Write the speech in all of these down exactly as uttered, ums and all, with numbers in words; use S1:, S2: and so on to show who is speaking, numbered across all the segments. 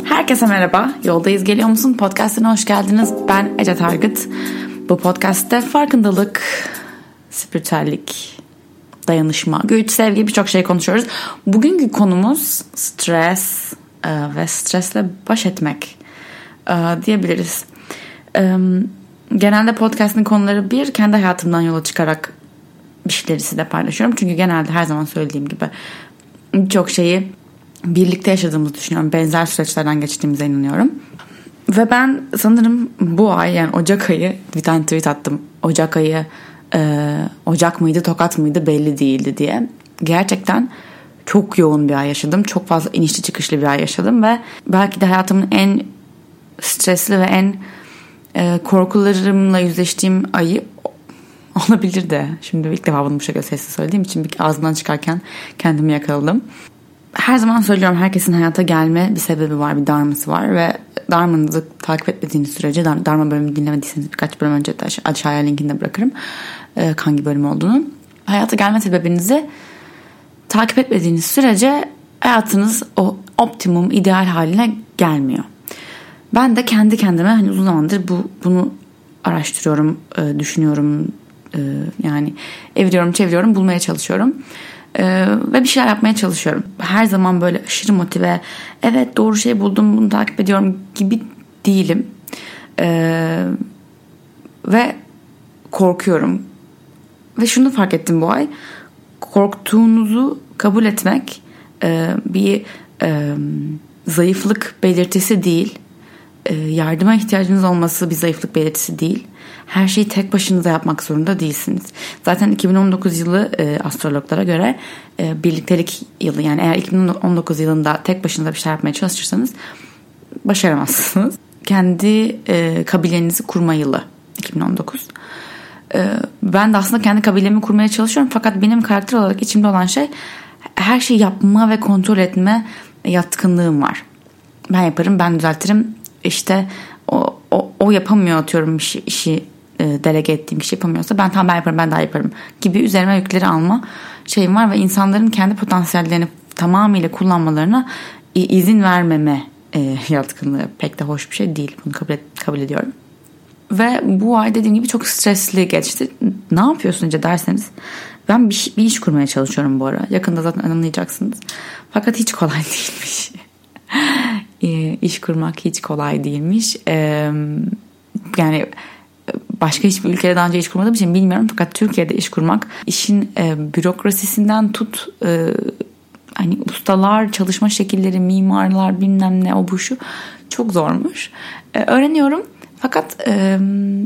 S1: Herkese merhaba. Yoldayız Geliyor Musun? Podcast'ine hoş geldiniz. Ben Ece Targıt. Bu podcast'te farkındalık, spiritüellik, dayanışma, güç, sevgi birçok şey konuşuyoruz. Bugünkü konumuz stres e, ve stresle baş etmek e, diyebiliriz. E, genelde podcast'ın konuları bir, kendi hayatımdan yola çıkarak bir şeyleri size paylaşıyorum. Çünkü genelde her zaman söylediğim gibi birçok şeyi birlikte yaşadığımızı düşünüyorum. Benzer süreçlerden geçtiğimize inanıyorum. Ve ben sanırım bu ay, yani Ocak ayı, bir tane tweet attım. Ocak ayı e, Ocak mıydı Tokat mıydı belli değildi diye. Gerçekten çok yoğun bir ay yaşadım. Çok fazla inişli çıkışlı bir ay yaşadım ve belki de hayatımın en stresli ve en e, korkularımla yüzleştiğim ayı olabilir de. Şimdi ilk defa bunu bu şekilde sesli söylediğim için bir ağzımdan çıkarken kendimi yakaladım. Her zaman söylüyorum, herkesin hayata gelme bir sebebi var, bir dharması var ve dharmanızı takip etmediğiniz sürece, dharma bölümünü dinlemediyseniz birkaç bölüm önce de aşağıya linkini de bırakırım ee, hangi bölüm olduğunu. Hayata gelme sebebinizi takip etmediğiniz sürece hayatınız o optimum, ideal haline gelmiyor. Ben de kendi kendime hani uzun zamandır bu bunu araştırıyorum, e, düşünüyorum, e, yani eviriyorum, çeviriyorum, bulmaya çalışıyorum. Ee, ve bir şeyler yapmaya çalışıyorum. Her zaman böyle aşırı motive, evet doğru şey buldum, bunu takip ediyorum gibi değilim. Ee, ve korkuyorum. Ve şunu fark ettim bu ay. Korktuğunuzu kabul etmek e, bir e, zayıflık belirtisi değil. E, yardıma ihtiyacınız olması bir zayıflık belirtisi değil. Her şeyi tek başınıza yapmak zorunda değilsiniz. Zaten iki bin on dokuz yılı e, astrologlara göre e, birliktelik yılı. Yani eğer iki bin on dokuz yılında tek başınıza bir şey yapmaya çalışırsanız başaramazsınız. Kendi e, kabilenizi kurma yılı iki bin on dokuz. E, ben de aslında kendi kabilemi kurmaya çalışıyorum. Fakat benim karakter olarak içimde olan şey, her şeyi yapma ve kontrol etme yatkınlığım var. Ben yaparım, ben düzeltirim. İşte o, o, o yapamıyor, atıyorum işi, işi e, delege ettiğim kişi yapamıyorsa ben tamam ben yaparım, ben daha yaparım gibi üzerime yükleri alma şeyim var ve insanların kendi potansiyellerini tamamıyla kullanmalarına izin vermeme e, yatkınlığı pek de hoş bir şey değil. Bunu kabul, et, kabul ediyorum. Ve bu ay dediğim gibi çok stresli geçti. Ne yapıyorsun önce derseniz, ben bir, bir iş kurmaya çalışıyorum bu ara. Yakında zaten anlayacaksınız. Fakat hiç kolay değilmiş. İş kurmak hiç kolay değilmiş. Ee, yani başka hiçbir ülkede daha önce iş kurmadığım için bilmiyorum. Fakat Türkiye'de iş kurmak, işin e, bürokrasisinden tut, e, hani ustalar, çalışma şekilleri, mimarlar, bilmem ne, o bu şu çok zormuş. E, öğreniyorum. Fakat e,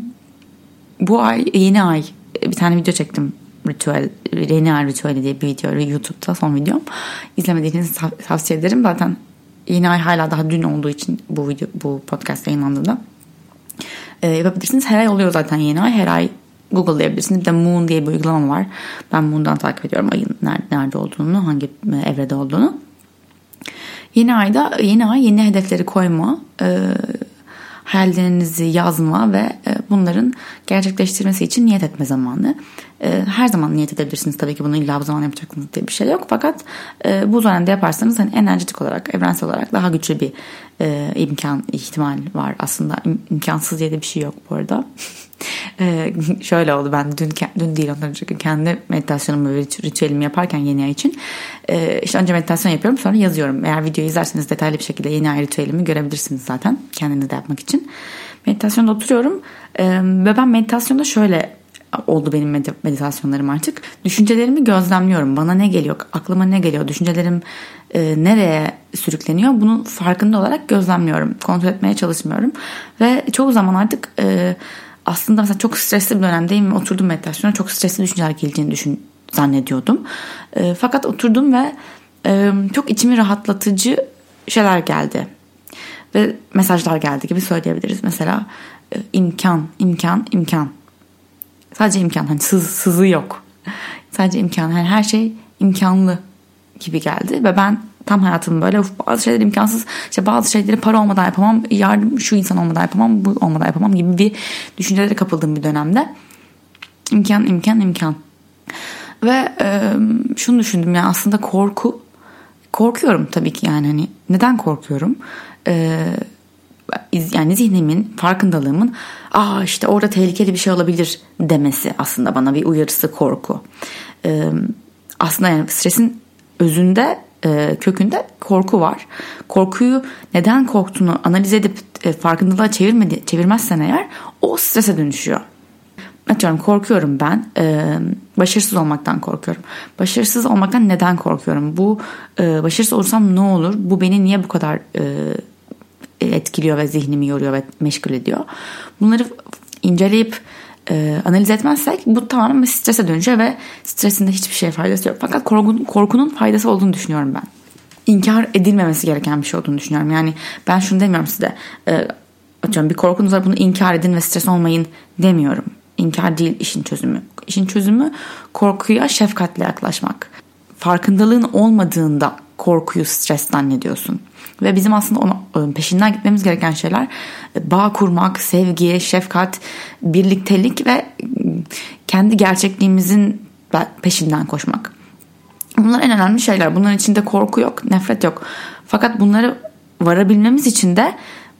S1: bu ay, yeni ay bir tane video çektim. Ritüel, yeni ay ritüeli diye bir video, YouTube'da son videom. İzlemediğinizi tavsiye ederim. Zaten yeni ay hala daha dün olduğu için bu video, bu podcast yayınlandığında e, yapabilirsiniz. Her ay oluyor zaten yeni ay. Her ay Google'layabilirsiniz. Bir de Moon diye bir uygulama var. Ben Moon'dan takip ediyorum ayın nerede, nerede olduğunu, hangi evrede olduğunu. Yeni ayda yeni ay yeni hedefleri koyma, e, hayallerinizi yazma ve e, bunların gerçekleştirmesi için niyet etme zamanı. E, her zaman niyet edebilirsiniz. Tabii ki bunu illa bu zaman yapacaksınız diye bir şey yok. Fakat e, bu dönemde yaparsanız hani enerjitik olarak, evrensel olarak daha güçlü bir e, imkan, ihtimal var. Aslında im, imkansız diye de bir şey yok bu arada. e, şöyle oldu, ben dün, dün değil ondan önceki kendi meditasyonumu ve ritüelimi yaparken yeni ay için e, işte önce meditasyon yapıyorum, sonra yazıyorum. Eğer videoyu izlerseniz detaylı bir şekilde yeni ay ritüelimi görebilirsiniz zaten kendiniz de yapmak için. Meditasyonda oturuyorum e, ve ben meditasyonda şöyle oldu benim meditasyonlarım artık. Düşüncelerimi gözlemliyorum. Bana ne geliyor? Aklıma ne geliyor? Düşüncelerim e, nereye sürükleniyor? Bunun farkında olarak gözlemliyorum. Kontrol etmeye çalışmıyorum. Ve çoğu zaman artık e, aslında mesela çok stresli bir dönemdeyim. Oturdum meditasyona. Çok stresli düşünceler geleceğini düşün, zannediyordum. E, fakat oturdum ve e, çok içimi rahatlatıcı şeyler geldi. Ve mesajlar geldi gibi söyleyebiliriz. Mesela e, imkan, imkan, imkan. Sadece imkan, hani sız, sızı yok. Sadece imkan, hani her şey imkanlı gibi geldi ve ben tam hayatım böyle bazı şeyler imkansız, işte bazı şeyleri para olmadan yapamam, yardım şu insan olmadan yapamam, bu olmadan yapamam gibi bir düşüncelere kapıldığım bir dönemde imkan, imkan, imkan. Ve e, şunu düşündüm, yani aslında korku Korkuyorum tabii ki, yani hani neden korkuyorum? Ee, yani zihnimin, farkındalığımın aa işte orada tehlikeli bir şey olabilir demesi aslında bana bir uyarısı, korku. Ee, aslında yani stresin özünde, e, kökünde korku var. Korkuyu, neden korktuğunu analiz edip e, farkındalığa çevirmedi, çevirmezsen eğer o strese dönüşüyor. Atıyorum, korkuyorum ben. Ee, başarısız olmaktan korkuyorum. Başarısız olmaktan neden korkuyorum? Bu e, başarısız olursam ne olur? Bu beni niye bu kadar e, etkiliyor ve zihnimi yoruyor ve meşgul ediyor? Bunları inceleyip e, analiz etmezsek bu tamamen bir strese dönüşüyor ve stresin de hiçbir şeye faydası yok. Fakat korkunun, korkunun faydası olduğunu düşünüyorum ben. İnkar edilmemesi gereken bir şey olduğunu düşünüyorum. Yani ben şunu demiyorum size. E, atıyorum bir korkunuz var, bunu inkar edin ve stres olmayın demiyorum. İnkar değil işin çözümü. İşin çözümü korkuya şefkatle yaklaşmak. Farkındalığın olmadığında korkuyu stres zannediyorsun. Ve bizim aslında ona peşinden gitmemiz gereken şeyler bağ kurmak, sevgi, şefkat, birliktelik ve kendi gerçekliğimizin peşinden koşmak. Bunlar en önemli şeyler. Bunların içinde korku yok, nefret yok. Fakat bunları varabilmemiz için de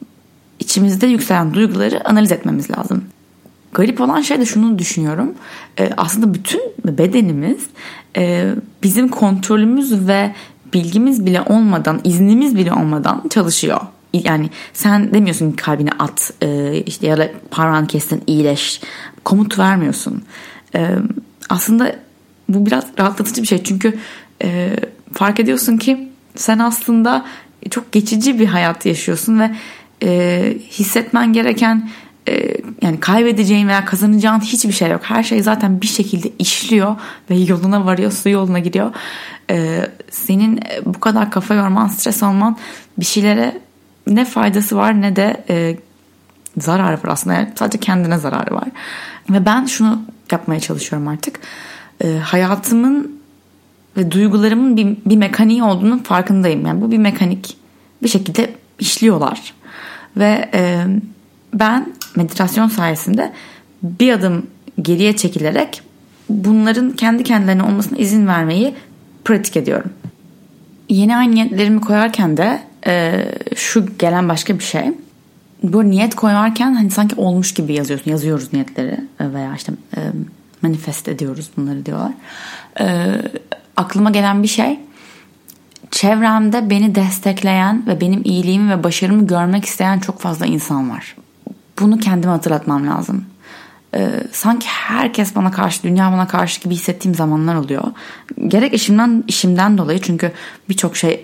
S1: içimizde yükselen duyguları analiz etmemiz lazım. Garip olan şey de şunu düşünüyorum. Ee, aslında bütün bedenimiz e, bizim kontrolümüz ve bilgimiz bile olmadan, iznimiz bile olmadan çalışıyor. Yani sen demiyorsun ki kalbine at, e, işte ya da parmağını kestin, iyileş. Komut vermiyorsun. E, aslında bu biraz rahatlatıcı bir şey. Çünkü e, fark ediyorsun ki sen aslında çok geçici bir hayat yaşıyorsun ve e, hissetmen gereken, yani kaybedeceğin veya kazanacağın hiçbir şey yok. Her şey zaten bir şekilde işliyor ve yoluna varıyor, su yoluna gidiyor. Ee, senin bu kadar kafa yorman, stres olman bir şeylere ne faydası var ne de e, zararı var aslında. Yani sadece kendine zararı var. Ve ben şunu yapmaya çalışıyorum artık. Ee, hayatımın ve duygularımın bir, bir mekaniği olduğunun farkındayım. Yani bu bir mekanik. Bir şekilde işliyorlar. Ve e, ben meditasyon sayesinde bir adım geriye çekilerek bunların kendi kendilerine olmasına izin vermeyi pratik ediyorum. Yeni ay niyetlerimi koyarken de e, şu gelen başka bir şey. Bu niyet koyarken hani sanki olmuş gibi yazıyorsun. Yazıyoruz niyetleri veya işte e, manifest ediyoruz bunları diyorlar. E, aklıma gelen bir şey, çevremde beni destekleyen ve benim iyiliğimi ve başarımı görmek isteyen çok fazla insan var. Bunu kendime hatırlatmam lazım. Ee, sanki herkes bana karşı, dünya bana karşı gibi hissettiğim zamanlar oluyor. Gerek işimden işimden dolayı, çünkü birçok şey,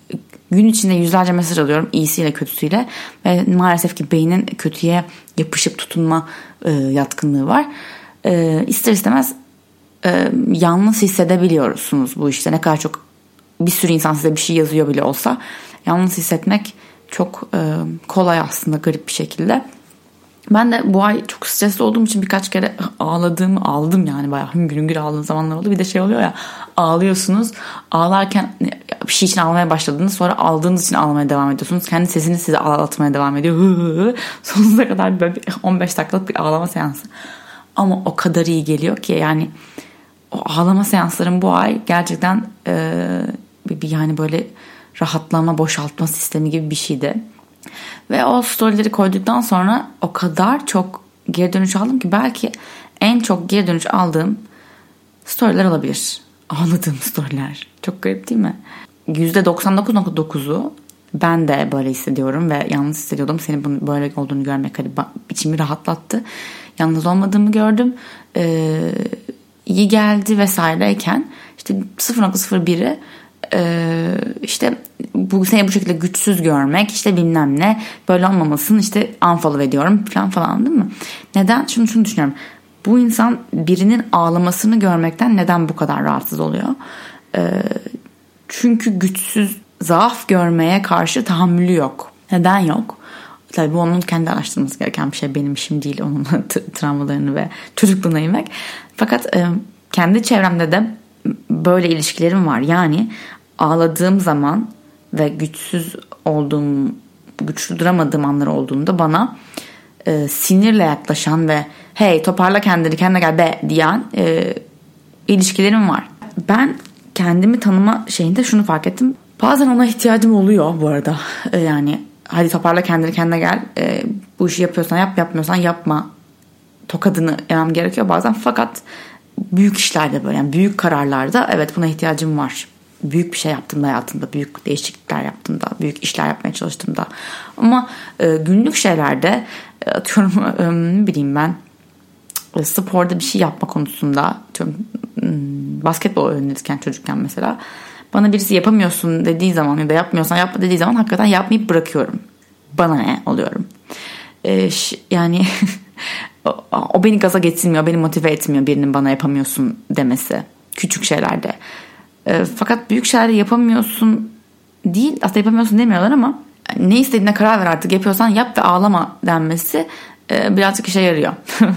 S1: gün içinde yüzlerce mesaj alıyorum, iyisiyle kötüsüyle ve maalesef ki beynin kötüye yapışıp tutunma e, yatkınlığı var. E, ister istemez e, yalnız hissedebiliyorsunuz bu işte. Ne kadar çok bir sürü insan size bir şey yazıyor bile olsa yalnız hissetmek çok e, kolay aslında, garip bir şekilde. Ben de bu ay çok stresli olduğum için birkaç kere ağladığımı aldım, yani bayağı hüngür hüngür ağladığım zamanlar oldu. Bir de şey oluyor ya, ağlıyorsunuz, ağlarken bir şey için ağlamaya başladınız, sonra aldığınız için ağlamaya devam ediyorsunuz. Kendi sesiniz sizi ağlatmaya devam ediyor. Sonsuza kadar böyle on beş dakikalık bir ağlama seansı. Ama o kadar iyi geliyor ki, yani o ağlama seanslarım bu ay gerçekten e, bir yani böyle rahatlama, boşaltma sistemi gibi bir şeydi. Ve o storyleri koyduktan sonra o kadar çok geri dönüş aldım ki belki en çok geri dönüş aldığım storyler olabilir. Ağladığım storyler. Çok garip değil mi? yüzde doksan dokuz nokta dokuzu ben de böyle hissediyorum ve yalnız hissediyordum. Senin bunun böyle olduğunu görmek hani içimi rahatlattı. Yalnız olmadığımı gördüm. Ee, iyi geldi vesaireyken işte sıfır nokta sıfır biri Ee, işte bu seni bu şekilde güçsüz görmek, işte bilmem ne, böyle olmamasın, işte unfollow ediyorum falan falan, değil mi? Neden? Şunu şunu düşünüyorum. Bu insan birinin ağlamasını görmekten neden bu kadar rahatsız oluyor? Ee, çünkü güçsüz, zaaf görmeye karşı tahammülü yok. Neden yok? Tabii bu onun kendi araştırması gereken bir şey. Benim işim değil onun travmalarını ve çocukluğuna inmek. Fakat e, kendi çevremde de böyle ilişkilerim var. Yani ağladığım zaman ve güçsüz olduğum, güçlü duramadığım anlar olduğunda bana e, sinirle yaklaşan ve hey toparla kendini, kendine gel be diyen e, ilişkilerim var. Ben kendimi tanıma şeyinde şunu fark ettim. Bazen ona ihtiyacım oluyor bu arada. Ee, yani hadi toparla kendini, kendine gel. Ee, bu işi yapıyorsan yap, yapmıyorsan yapma. Tokadını yemem gerekiyor bazen. Fakat büyük işlerde böyle, yani büyük kararlarda evet buna ihtiyacım var. Büyük bir şey yaptığımda hayatımda, büyük değişiklikler yaptığımda, büyük işler yapmaya çalıştığımda. Ama e, günlük şeylerde e, atıyorum e, ne bileyim ben e, sporda bir şey yapma konusunda, atıyorum e, basketbol öğrenirken çocukken mesela bana birisi yapamıyorsun dediği zaman ya da yapmıyorsan yapma dediği zaman hakikaten yapmayıp bırakıyorum. Bana ne oluyorum. E, ş- yani o, o beni gaza getirmiyor, beni motive etmiyor birinin bana yapamıyorsun demesi. Küçük şeylerde. E, fakat büyük şeylerde yapamıyorsun değil, aslında yapamıyorsun demiyorlar ama ne istediğine karar ver, artık yapıyorsan yap ve ağlama denmesi e, birazcık işe yarıyor.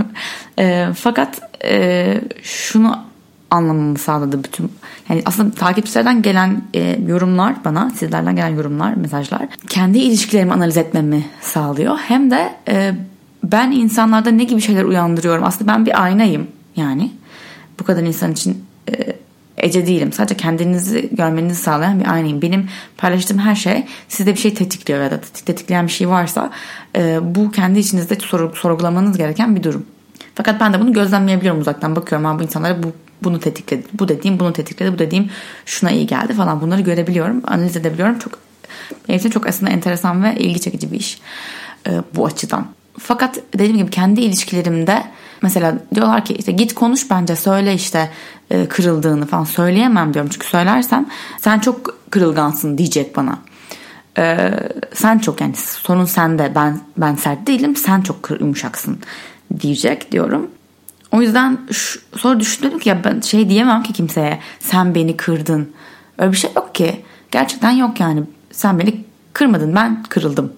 S1: e, fakat e, şunu anlamamı sağladı bütün, yani aslında takipçilerden gelen e, yorumlar bana, sizlerden gelen yorumlar, mesajlar kendi ilişkilerimi analiz etmemi sağlıyor. Hem de e, ben insanlarda ne gibi şeyler uyandırıyorum. Aslında ben bir aynayım yani. Bu kadar insan için e, Ece değilim. Sadece kendinizi görmenizi sağlayan bir aynayım. Benim paylaştığım her şey sizde bir şey tetikliyor ya da tetikleyen bir şey varsa e, bu kendi içinizde sor- sorgulamanız gereken bir durum. Fakat ben de bunu gözlemleyebiliyorum, uzaktan bakıyorum. Ben bu insanlara bu bunu tetikledi, bu dediğim bunu tetikledi, bu dediğim şuna iyi geldi falan, bunları görebiliyorum, analiz edebiliyorum. Çok benim için çok aslında enteresan ve ilgi çekici bir iş e, bu açıdan. Fakat dediğim gibi kendi ilişkilerimde mesela diyorlar ki işte git konuş, bence söyle işte e, kırıldığını falan. Söyleyemem diyorum, çünkü söylersem sen çok kırılgansın diyecek bana. E, sen çok, yani sorun sende, ben ben sert değilim, sen çok yumuşaksın diyecek diyorum. O yüzden şu, sonra düşündüm ki ya ben şey diyemem ki kimseye, sen beni kırdın. Öyle bir şey yok ki. Gerçekten yok yani. Sen beni kırmadın, ben kırıldım.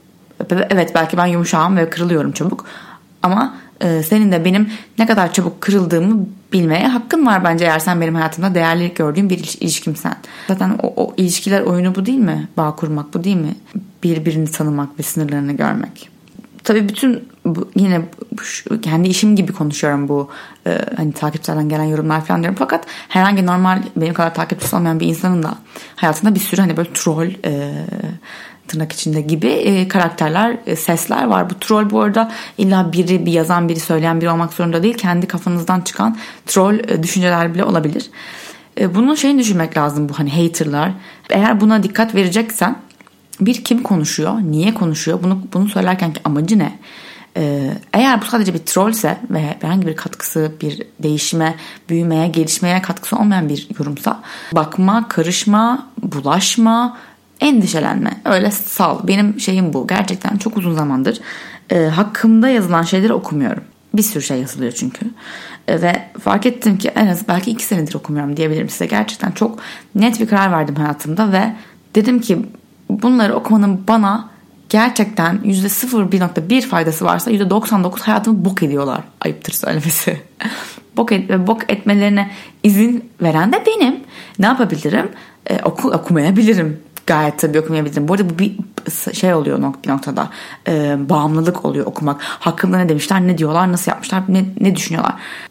S1: Evet, belki ben yumuşağım ve kırılıyorum çabuk. Ama e, senin de benim ne kadar çabuk kırıldığımı bilmeye hakkın var bence, eğer sen benim hayatımda değerli gördüğüm bir ilişkimsen. Zaten o, o ilişkiler oyunu bu değil mi? Bağ kurmak bu değil mi? Birbirini tanımak ve sınırlarını görmek. Tabii bütün bu, yine bu, kendi işim gibi konuşuyorum bu e, hani takipçilerden gelen yorumlar falan diyorum. Fakat herhangi normal benim kadar takipçisi olmayan bir insanın da hayatında bir sürü hani böyle troll e, tırnak içinde gibi e, karakterler, e, sesler var. Bu troll bu arada illa biri, bir yazan biri, söyleyen biri olmak zorunda değil. Kendi kafanızdan çıkan troll e, düşünceler bile olabilir. E, bunun şeyini düşünmek lazım, bu hani haterlar. Eğer buna dikkat vereceksen, bir, kim konuşuyor, niye konuşuyor, bunu bunu söylerken ki amacı ne? Ee, eğer bu sadece bir trollse ve herhangi bir katkısı, bir değişime, büyümeye, gelişmeye katkısı olmayan bir yorumsa, bakma, karışma, bulaşma, endişelenme, öyle sal. Benim şeyim bu. Gerçekten çok uzun zamandır e, hakkımda yazılan şeyleri okumuyorum. Bir sürü şey yazılıyor çünkü. E, ve fark ettim ki en az belki iki senedir okumuyorum diyebilirim size. Gerçekten çok net bir karar verdim hayatımda ve dedim ki bunları okumanın bana gerçekten yüzde sıfır virgül bir faydası varsa yüzde doksan dokuz hayatımı bok ediyorlar. Ayıptır söylemesi. bok, et, bok etmelerine izin veren de benim. Ne yapabilirim? Ee, oku, okumayabilirim. Gayet tabii okumayabilirim. Bu arada bu bir şey oluyor bir noktada. Ee, bağımlılık oluyor okumak. Hakkında ne demişler, ne diyorlar, nasıl yapmışlar, ne, ne düşünüyorlar.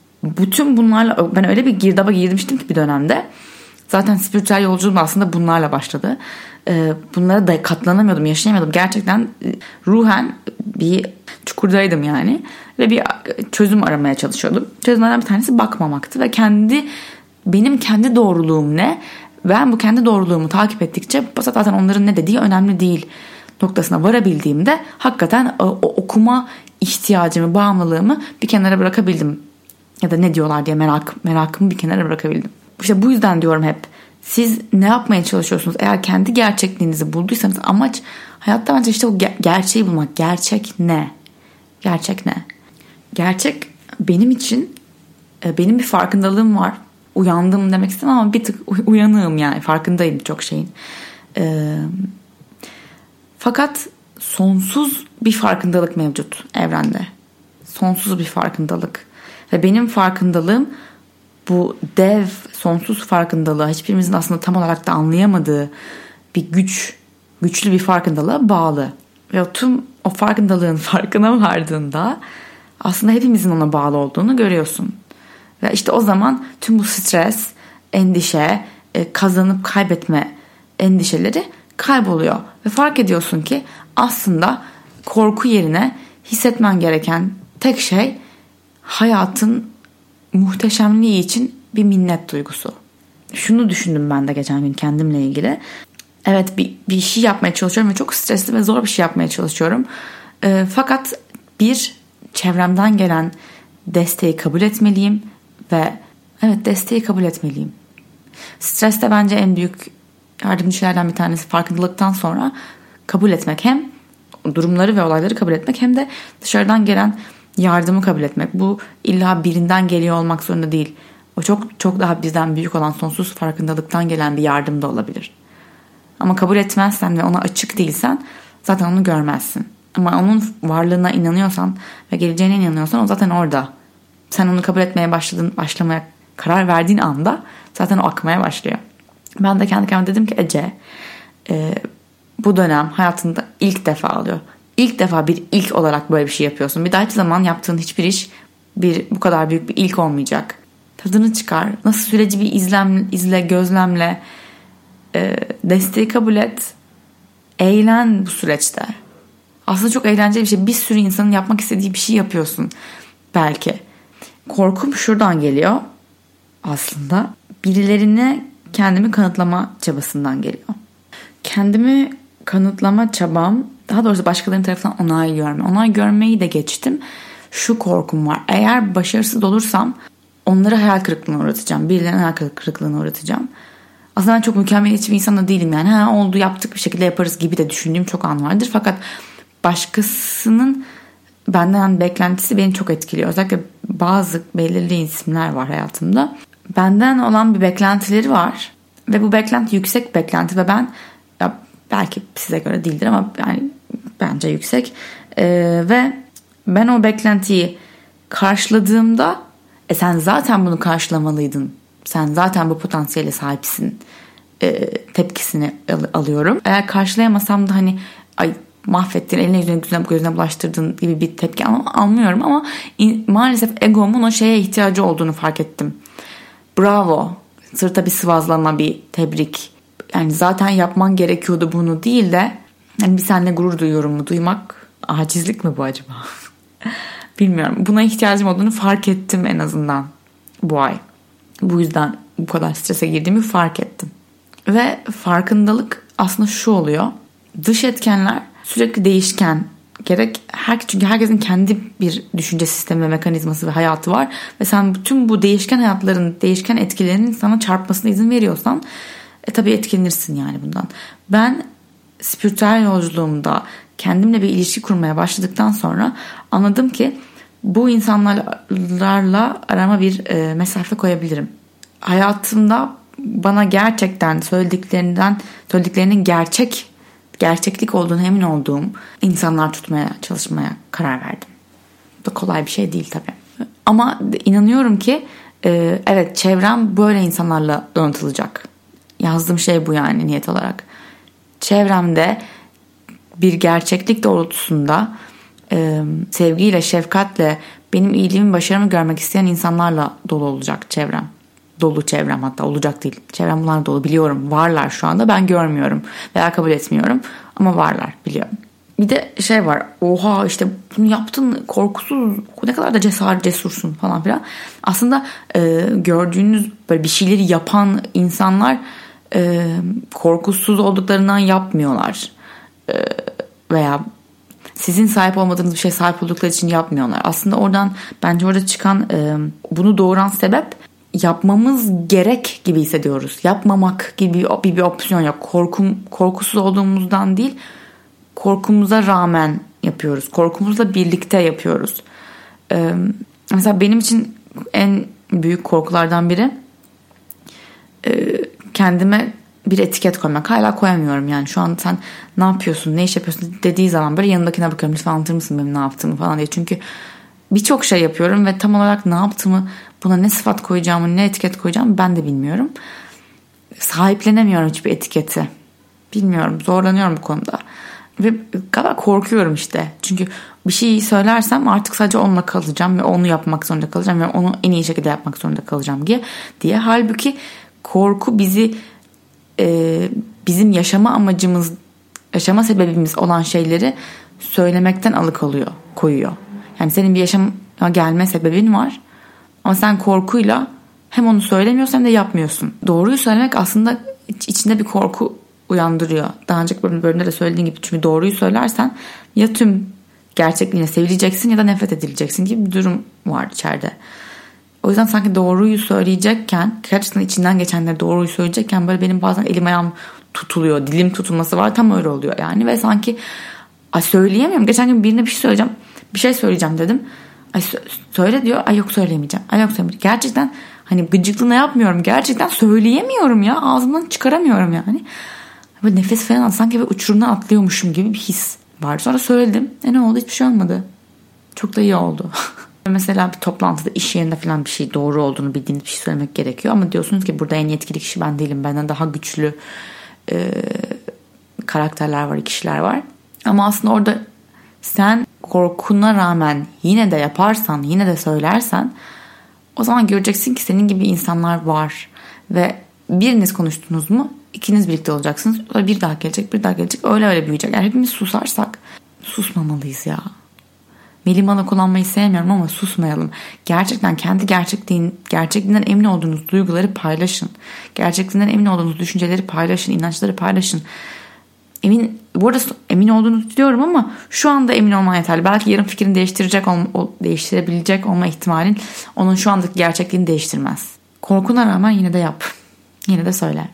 S1: Bütün bunlarla ben öyle bir girdaba girmiştim ki bir dönemde. Zaten spiritüel yolculuğum aslında bunlarla başladı. Bunlara da katlanamıyordum, yaşayamıyordum. Gerçekten ruhen bir çukurdaydım yani. Ve bir çözüm aramaya çalışıyordum. Çözümlerden bir tanesi bakmamaktı. Ve kendi benim kendi doğruluğum ne? Ben bu kendi doğruluğumu takip ettikçe zaten onların ne dediği önemli değil noktasına varabildiğimde hakikaten o, o okuma ihtiyacımı, bağımlılığımı bir kenara bırakabildim. Ya da ne diyorlar diye merak, merakımı bir kenara bırakabildim. İşte bu yüzden diyorum hep, siz ne yapmaya çalışıyorsunuz? Eğer kendi gerçekliğinizi bulduysanız, amaç hayatta bence işte o ger- gerçeği bulmak. Gerçek ne? Gerçek ne? Gerçek benim için, benim bir farkındalığım var. Uyandım demek istemem ama bir tık uyanığım yani. Farkındayım çok şeyin. Ee, fakat sonsuz bir farkındalık mevcut evrende. Sonsuz bir farkındalık. Ve benim farkındalığım bu dev, sonsuz farkındalığa, hiçbirimizin aslında tam olarak da anlayamadığı bir güç, güçlü bir farkındalığa bağlı. Ve o tüm o farkındalığın farkına vardığında aslında hepimizin ona bağlı olduğunu görüyorsun. Ve işte o zaman tüm bu stres, endişe, kazanıp kaybetme endişeleri kayboluyor. Ve fark ediyorsun ki aslında korku yerine hissetmen gereken tek şey hayatın muhteşemliği için bir minnet duygusu. Şunu düşündüm ben de geçen gün kendimle ilgili. Evet, bir, bir şey yapmaya çalışıyorum ve çok stresli ve zor bir şey yapmaya çalışıyorum. E, fakat bir, çevremden gelen desteği kabul etmeliyim ve evet desteği kabul etmeliyim. Stres de bence en büyük yardımcı şeylerden bir tanesi, farkındalıktan sonra kabul etmek. Hem durumları ve olayları kabul etmek hem de dışarıdan gelen yardımı kabul etmek. Bu illa birinden geliyor olmak zorunda değil. O çok çok daha bizden büyük olan sonsuz farkındalıktan gelen bir yardım da olabilir. Ama kabul etmezsen ve ona açık değilsen zaten onu görmezsin. Ama onun varlığına inanıyorsan ve geleceğine inanıyorsan o zaten orada. Sen onu kabul etmeye başladın, başlamaya karar verdiğin anda zaten o akmaya başlıyor. Ben de kendi kendime dedim ki Ece, e, bu dönem hayatında ilk defa oluyor. İlk defa bir ilk olarak böyle bir şey yapıyorsun. Bir daha hiçbir zaman yaptığın hiçbir iş bir bu kadar büyük bir ilk olmayacak. Tadını çıkar. Nasıl süreci bir izlem, izle, gözlemle, e, desteği kabul et. Eğlen bu süreçte. Aslında çok eğlenceli bir şey. Bir sürü insanın yapmak istediği bir şey yapıyorsun belki. Korkum şuradan geliyor aslında. Birilerine kendimi kanıtlama çabasından geliyor. Kendimi kanıtlama çabam, daha doğrusu başkalarının tarafından onay görme. Onay görmeyi de geçtim. Şu korkum var. Eğer başarısız olursam onları hayal kırıklığına uğratacağım. Birilerine hayal kırıklığına uğratacağım. Aslında ben çok mükemmeliyetçi bir insan da değilim yani. Ha, oldu, yaptık, bir şekilde yaparız gibi de düşündüğüm çok an vardır. Fakat başkasının benden beklentisi beni çok etkiliyor. Özellikle bazı belirli isimler var hayatımda. Benden olan bir beklentileri var. Ve bu beklenti yüksek beklenti ve ben, ya belki size göre değildir ama yani bence yüksek. Ee, ve ben o beklentiyi karşıladığımda e sen zaten bunu karşılamalıydın. Sen zaten bu potansiyele sahipsin e, tepkisini al- alıyorum. Eğer karşılayamasam da hani ay mahvettin, eline yüzüne gözüne, gözüne bulaştırdın gibi bir tepki al- almıyorum ama in, maalesef egomun o şeye ihtiyacı olduğunu fark ettim. Bravo. Sırta bir sıvazlama, bir tebrik. Yani zaten yapman gerekiyordu bunu değil de yani bir seninle gurur duyuyorum mu? Duymak acizlik mi bu acaba? Bilmiyorum. Buna ihtiyacım olduğunu fark ettim en azından bu ay. Bu yüzden bu kadar strese girdiğimi fark ettim. Ve farkındalık aslında şu oluyor. Dış etkenler sürekli değişken. Gerek her, çünkü herkesin kendi bir düşünce sistemi ve mekanizması ve hayatı var. Ve sen bütün bu değişken hayatların, değişken etkilerinin sana çarpmasına izin veriyorsan e tabii etkilenirsin yani bundan. Ben spiritüel yolculuğumda kendimle bir ilişki kurmaya başladıktan sonra anladım ki bu insanlarla arama bir e, mesafe koyabilirim. Hayatımda bana gerçekten söylediklerinden, söylediklerinin gerçek, gerçeklik olduğunu emin olduğum insanlar tutmaya, çalışmaya karar verdim. Bu da kolay bir şey değil tabii. Ama inanıyorum ki e, evet, çevrem böyle insanlarla donatılacak. Yazdığım şey bu yani niyet olarak. Çevremde bir gerçeklik doğrultusunda e, sevgiyle, şefkatle benim iyiliğimi, başarımı görmek isteyen insanlarla dolu olacak çevrem. Dolu çevrem, hatta olacak değil. Çevrem bunlar dolu, biliyorum. Varlar şu anda, ben görmüyorum veya kabul etmiyorum ama varlar, biliyorum. Bir de şey var, oha işte bunu yaptın, korkusuz, ne kadar da cesaret, cesursun falan filan. Aslında e, gördüğünüz böyle bir şeyleri yapan insanlar e, korkusuz olduklarından yapmıyorlar. E, veya sizin sahip olmadığınız bir şey sahip oldukları için yapmıyorlar. Aslında oradan, bence orada çıkan e, bunu doğuran sebep, yapmamız gerek gibi hissediyoruz. Yapmamak gibi bir, bir opsiyon yok. Korkum, korkusuz olduğumuzdan değil, korkumuza rağmen yapıyoruz. Korkumuzla birlikte yapıyoruz. Ee, mesela benim için en büyük korkulardan biri e, kendime bir etiket koymak. Hala koyamıyorum yani. Şu an sen ne yapıyorsun, ne iş yapıyorsun dediği zaman böyle yanındakine bakıyorum. Lütfen anlatır mısın benim ne yaptığımı falan diye. Çünkü birçok şey yapıyorum ve tam olarak ne yaptığımı, buna ne sıfat koyacağımı, ne etiket koyacağımı ben de bilmiyorum. Sahiplenemiyorum hiçbir etiketi. Bilmiyorum, zorlanıyorum bu konuda. Ve galiba korkuyorum işte. Çünkü bir şey söylersem artık sadece onunla kalacağım ve onu yapmak zorunda kalacağım ve onu en iyi şekilde yapmak zorunda kalacağım diye. diye. Halbuki korku bizi e, bizim yaşama amacımız, yaşama sebebimiz olan şeyleri söylemekten alıkoyuyor, koyuyor. Yani senin bir yaşama gelme sebebin var ama sen korkuyla hem onu söylemiyorsun hem de yapmıyorsun. Doğruyu söylemek aslında içinde bir korku uyandırıyor. Daha önceki bölümde de söylediğim gibi, çünkü doğruyu söylersen ya tüm gerçekliğine sevileceksin ya da nefret edileceksin gibi bir durum var içeride. O yüzden sanki doğruyu söyleyecekken, gerçekten içinden geçenleri doğruyu söyleyecekken böyle benim bazen elim ayağım tutuluyor, dilim tutulması var, tam öyle oluyor yani. Ve sanki ay söyleyemiyorum. Geçen gün birine bir şey söyleyeceğim, bir şey söyleyeceğim dedim. Ay söyle diyor, ay yok söyleyemeyeceğim, ay yok söyleyemeyeceğim. Gerçekten hani gıcıklığına yapmıyorum, gerçekten söyleyemiyorum ya, ağzımdan çıkaramıyorum yani. Böyle nefes falan, sanki bir uçurumdan atlıyormuşum gibi bir his var. Sonra söyledim, e ne oldu, hiçbir şey olmadı. Çok da iyi oldu. Mesela bir toplantıda, iş yerinde falan bir şey doğru olduğunu bildiğiniz bir şey söylemek gerekiyor. Ama diyorsunuz ki burada en yetkili kişi ben değilim. Benden daha güçlü e, karakterler var, kişiler var. Ama aslında orada sen korkuna rağmen yine de yaparsan, yine de söylersen, o zaman göreceksin ki senin gibi insanlar var. Ve biriniz konuştunuz mu ikiniz birlikte olacaksınız. Bir daha gelecek, bir daha gelecek. Öyle öyle büyüyecek. Yani hepimiz susarsak, susmamalıyız ya. Melimanı kullanmayı sevmiyorum ama susmayalım. Gerçekten kendi gerçekliğin, gerçekliğinden emin olduğunuz duyguları paylaşın. Gerçekliğinden emin olduğunuz düşünceleri paylaşın, inançları paylaşın. Emin, bu arada emin olduğunuzu diyorum ama şu anda emin olman yeterli. Belki yarın fikrini değiştirecek, olma, değiştirebilecek olma ihtimalin onun şu andaki gerçekliğini değiştirmez. Korkuna rağmen yine de yap. Yine de söyle.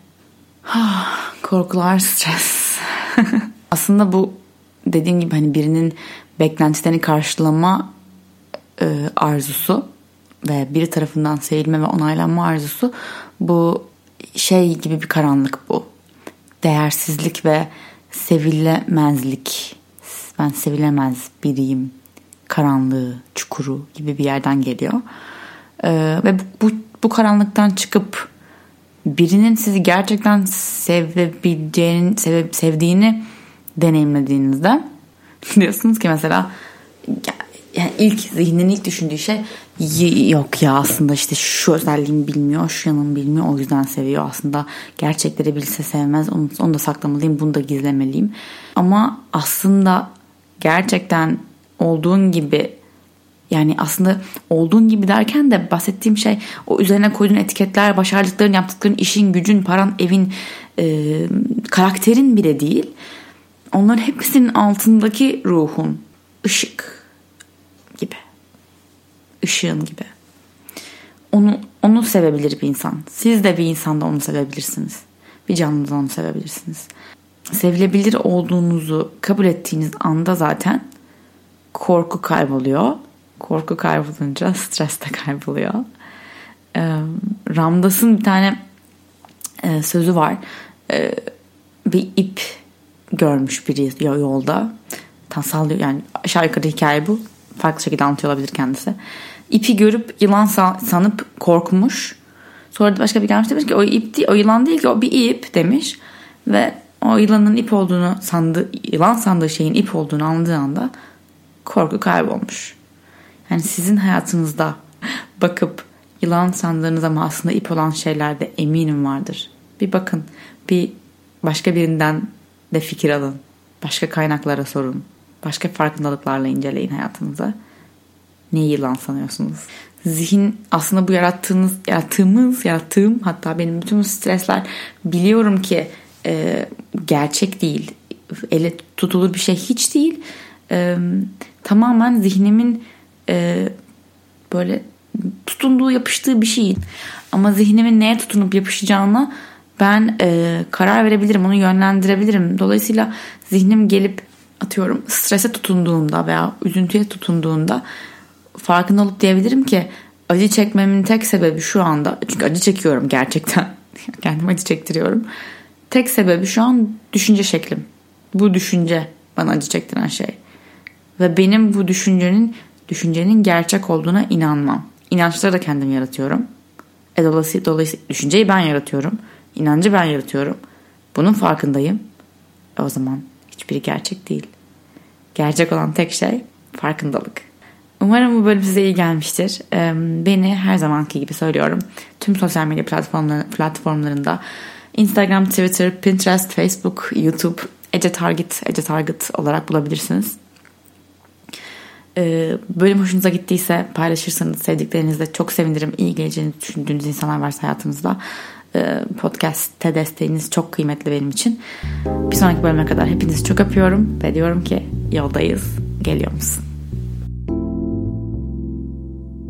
S1: Korkular, stres. Aslında bu dediğim gibi hani birinin beklentilerini karşılama e, arzusu ve biri tarafından sevilme ve onaylanma arzusu, bu şey gibi bir karanlık bu. Değersizlik ve sevilemezlik. Ben sevilemez biriyim karanlığı, çukuru gibi bir yerden geliyor. E, ve bu, bu, bu karanlıktan çıkıp birinin sizi gerçekten sevebileceğini, sev, sevdiğini deneyimlediğinizde diyorsunuz ki mesela, yani ilk zihninin ilk düşündüğü şey, yok ya aslında işte şu özelliğimi bilmiyor, şu yanımı bilmiyor, o yüzden seviyor. Aslında gerçekleri bilse sevmez, onu, onu da saklamalıyım, bunu da gizlemeliyim. Ama aslında gerçekten olduğun gibi, yani aslında olduğun gibi derken de bahsettiğim şey o üzerine koyduğun etiketler, başardıkların, yaptıkların, işin, gücün, paran, evin, e, karakterin bile değil. Onların hepsinin altındaki ruhun, ışık gibi, ışığın gibi. Onu onu sevebilir bir insan. Siz de bir insanda onu sevebilirsiniz. Bir canlıda onu sevebilirsiniz. Sevilebilir olduğunuzu kabul ettiğiniz anda zaten korku kayboluyor. Korku kaybolunca stres de kayboluyor. Ee, Ramdas'ın bir tane e, sözü var. Ee, bir ip görmüş biri yolda. Tam sallıyor, yani aşağı yukarı hikaye bu. Farklı şekilde anlatıyor olabilir kendisi. İpi görüp yılan sanıp korkmuş. Sonra da başka bir gelmiş demiş ki o ip değil, o yılan değil ki, o bir ip demiş. Ve o yılanın ip olduğunu sandığı, yılan sandığı şeyin ip olduğunu anladığı anda korku kaybolmuş. Yani sizin hayatınızda bakıp yılan sandığınız ama aslında ip olan şeylerde eminim vardır. Bir bakın, bir başka birinden de fikir alın. Başka kaynaklara sorun. Başka farkındalıklarla inceleyin hayatınıza. Neyi yılan sanıyorsunuz? Zihin aslında bu yarattığınız, yarattığımız, yarattığım, hatta benim bütün stresler biliyorum ki e, gerçek değil. Elle tutulur bir şey hiç değil. E, tamamen zihnimin e, böyle tutunduğu, yapıştığı bir şey. Ama zihnimin neye tutunup yapışacağına ben e, karar verebilirim, onu yönlendirebilirim. Dolayısıyla zihnim gelip atıyorum strese tutunduğunda veya üzüntüye tutunduğunda farkında olup diyebilirim ki acı çekmemin tek sebebi şu anda, çünkü acı çekiyorum gerçekten, kendime acı çektiriyorum. Tek sebebi şu an düşünce şeklim. Bu düşünce bana acı çektiren şey. Ve benim bu düşüncenin düşüncenin gerçek olduğuna inanmam. İnançları da kendim yaratıyorum. E dolayısıyla, dolayısıyla düşünceyi ben yaratıyorum. İnancı ben yaratıyorum. Bunun farkındayım. E o zaman hiçbiri gerçek değil. Gerçek olan tek şey farkındalık. Umarım bu bölüm size iyi gelmiştir. Beni her zamanki gibi söylüyorum, tüm sosyal medya platformları, platformlarında Instagram, Twitter, Pinterest, Facebook, YouTube, Ece Target, Ece Target olarak bulabilirsiniz. Ee, bölüm hoşunuza gittiyse paylaşırsanız sevdiklerinizle çok sevinirim. İyi geleceğini düşündüğünüz insanlar varsa hayatınızda. Ee, podcast'te desteğiniz çok kıymetli benim için. Bir sonraki bölüme kadar hepinizi çok öpüyorum ve diyorum ki yoldayız, geliyor musun?